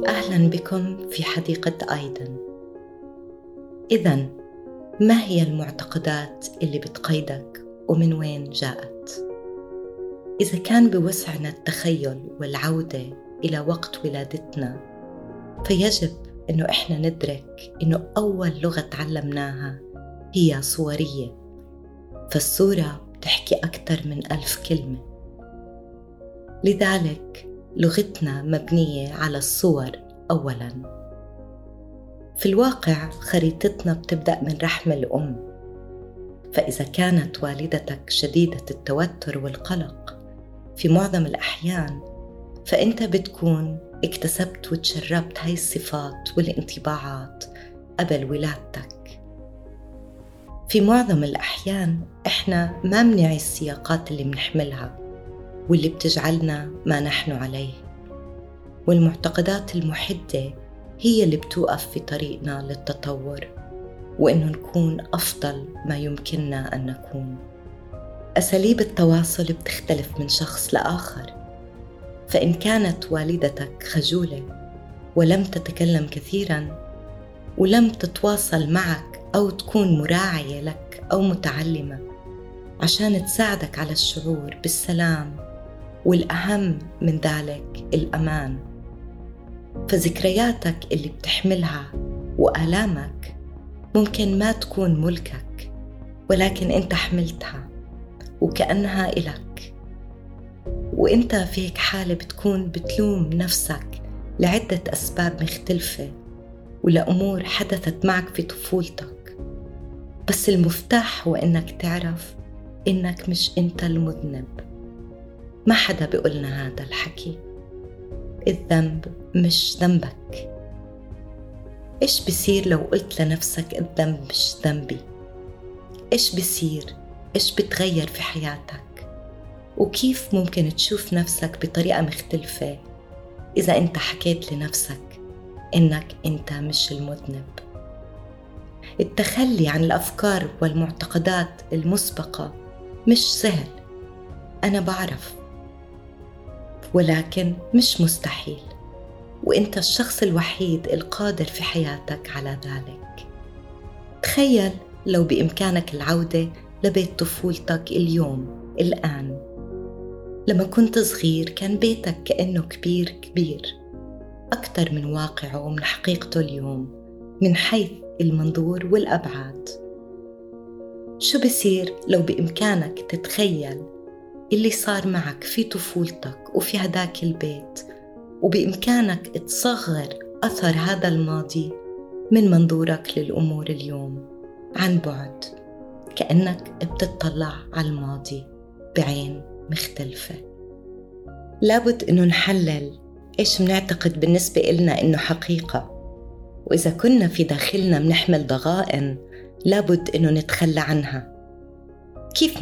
أهلاً بكم في حديقة آيدن. إذن، ما هي المعتقدات اللي بتقيدك ومن وين جاءت؟ إذا كان بوسعنا التخيل والعودة إلى وقت ولادتنا، فيجب إنه إحنا ندرك إنه أول لغة تعلمناها هي صورية، فالصورة بتحكي أكثر من 1000 كلمة. لذلك لغتنا مبنية على الصور أولاً. في الواقع خريطتنا بتبدأ من رحم الأم، فإذا كانت والدتك شديدة التوتر والقلق في معظم الأحيان، فأنت بتكون اكتسبت وتشربت هاي الصفات والانطباعات قبل ولادتك. في معظم الأحيان إحنا ما بنعي السياقات اللي بنحملها واللي بتجعلنا ما نحن عليه، والمعتقدات المحدة هي اللي بتوقف في طريقنا للتطور وإنه نكون أفضل ما يمكننا أن نكون. أساليب التواصل بتختلف من شخص لآخر، فإن كانت والدتك خجولة ولم تتكلم كثيراً ولم تتواصل معك أو تكون مراعية لك أو متعلمة عشان تساعدك على الشعور بالسلام والأهم من ذلك الأمان، فذكرياتك اللي بتحملها وآلامك ممكن ما تكون ملكك، ولكن أنت حملتها وكأنها إلك. وأنت في هيك حالة بتكون بتلوم نفسك لعدة أسباب مختلفة ولأمور حدثت معك في طفولتك، بس المفتاح هو إنك تعرف إنك مش أنت المذنب. ما حدا بيقولنا هذا الحكي. الذنب مش ذنبك. إيش بيصير لو قلت لنفسك الذنب مش ذنبي؟ إيش بيصير؟ إيش بتغير في حياتك؟ وكيف ممكن تشوف نفسك بطريقة مختلفة إذا أنت حكيت لنفسك إنك أنت مش المذنب؟ التخلي عن الأفكار والمعتقدات المسبقة مش سهل، أنا بعرف، ولكن مش مستحيل، وإنت الشخص الوحيد القادر في حياتك على ذلك. تخيل لو بإمكانك العودة لبيت طفولتك اليوم الآن. لما كنت صغير كان بيتك كأنه كبير كبير أكثر من واقعه ومن حقيقته اليوم من حيث المنظور والأبعاد. شو بيصير لو بإمكانك تتخيل اللي صار معك في طفولتك وفي هداك البيت، وبإمكانك تصغر أثر هذا الماضي من منظورك للأمور اليوم عن بعد، كأنك بتطلع على الماضي بعين مختلفة. لابد إنه نحلل إيش منعتقد بالنسبة إلنا إنه حقيقة، وإذا كنا في داخلنا منحمل ضغائن لابد إنه نتخلى عنها. كيف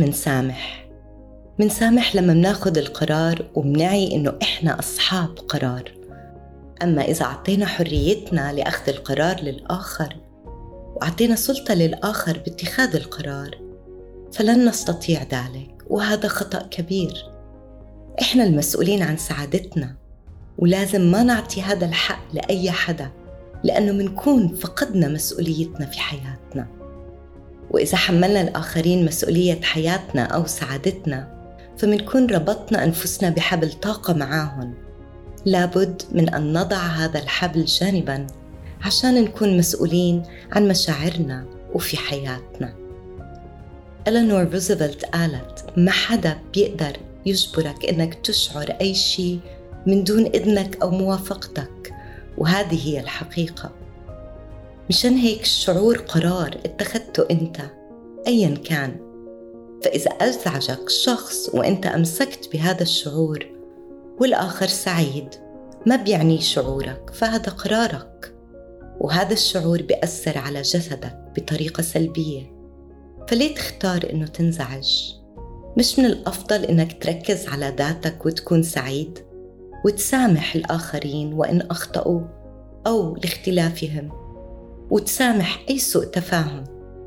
منسامح لما مناخد القرار ومنعي إنه إحنا أصحاب قرار. أما إذا أعطينا حريتنا لأخذ القرار للآخر وأعطينا سلطة للآخر باتخاذ القرار، فلن نستطيع ذلك، وهذا خطأ كبير. إحنا المسؤولين عن سعادتنا، ولازم ما نعطي هذا الحق لأي حدا، لأنه منكون فقدنا مسؤوليتنا في حياتنا. وإذا حملنا الآخرين مسؤولية حياتنا أو سعادتنا، فمنكون ربطنا أنفسنا بحبل طاقة معاهم. لابد من أن نضع هذا الحبل جانباً عشان نكون مسؤولين عن مشاعرنا وفي حياتنا. إلينور روزفلت قالت: ما حدا بيقدر يجبرك إنك تشعر أي شيء من دون إذنك أو موافقتك، وهذه هي الحقيقة. مشان هيك الشعور قرار اتخذته أنت أياً كان، فإذا أزعجك شخص وأنت أمسكت بهذا الشعور والآخر سعيد، ما بيعني شعورك، فهذا قرارك، وهذا الشعور بيأثر على جسدك بطريقة سلبية. فليه تختار إنه تنزعج؟ مش من الأفضل إنك تركز على ذاتك وتكون سعيد وتسامح الآخرين وإن أخطأوا أو لاختلافهم، وتسامح أي سوء تفاهم؟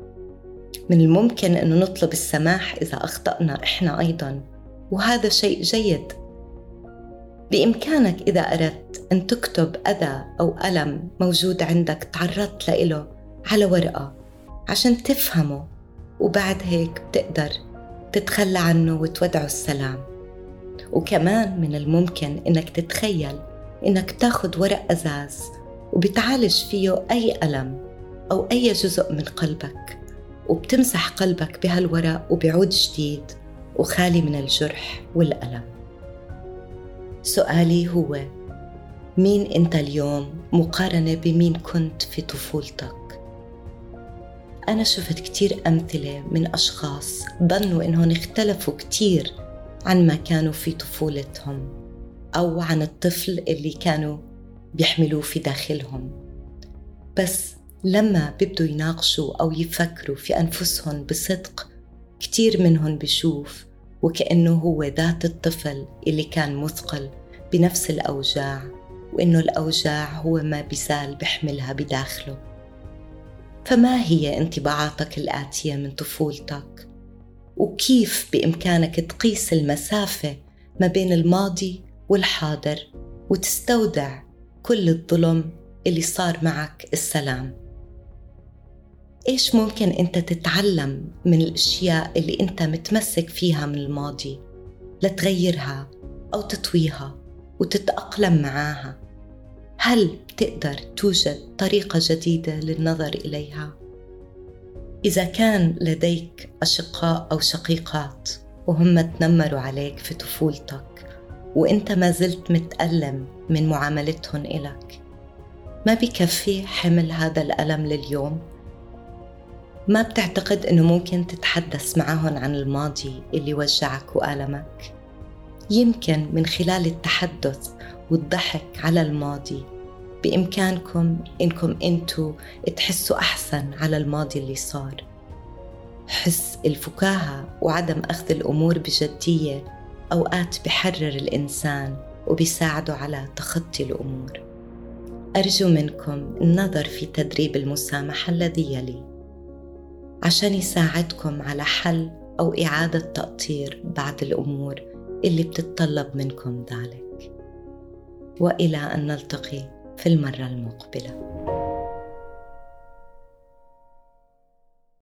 من الممكن أنه نطلب السماح إذا أخطأنا إحنا أيضاً، وهذا شيء جيد. بإمكانك إذا أردت أن تكتب أذى أو ألم موجود عندك تعرضت له على ورقة عشان تفهمه، وبعد هيك بتقدر تتخلى عنه وتودعه السلام. وكمان من الممكن إنك تتخيل إنك تاخد ورق أزاز وبتعالج فيه أي ألم أو أي جزء من قلبك، وبتمسح قلبك بهالورق وبيعود جديد وخالي من الجرح والألم. سؤالي هو: مين أنت اليوم مقارنة بمين كنت في طفولتك؟ أنا شفت كتير أمثلة من أشخاص ظنوا إنهم اختلفوا كتير عن ما كانوا في طفولتهم أو عن الطفل اللي كانوا بيحملوه في داخلهم، بس لما بيبدوا يناقشوا أو يفكروا في أنفسهم بصدق، كتير منهم بيشوف وكأنه هو ذات الطفل اللي كان مثقل بنفس الأوجاع، وإنه الأوجاع هو ما بيزال بيحملها بداخله. فما هي انطباعاتك الآتية من طفولتك؟ وكيف بإمكانك تقيس المسافة ما بين الماضي والحاضر وتستودع كل الظلم اللي صار معك السلام؟ إيش ممكن أنت تتعلم من الأشياء اللي أنت متمسك فيها من الماضي لتغيرها أو تطويها وتتأقلم معاها؟ هل بتقدر توجد طريقة جديدة للنظر إليها؟ إذا كان لديك أشقاء أو شقيقات وهم تنمروا عليك في طفولتك وإنت ما زلت متألم من معاملتهم إلك، ما بكفي حمل هذا الألم لليوم؟ ما بتعتقد إنه ممكن تتحدث معهم عن الماضي اللي وجعك وآلمك؟ يمكن من خلال التحدث والضحك على الماضي بإمكانكم إنكم أنتوا تحسوا أحسن على الماضي اللي صار. حس الفكاهة وعدم أخذ الأمور بجدية أوقات بحرر الإنسان وبيساعده على تخطي الأمور. أرجو منكم النظر في تدريب المسامحة الذي يلي عشان يساعدكم على حل أو إعادة تأطير بعض الأمور اللي بتتطلب منكم ذلك. وإلى أن نلتقي في المرة المقبلة.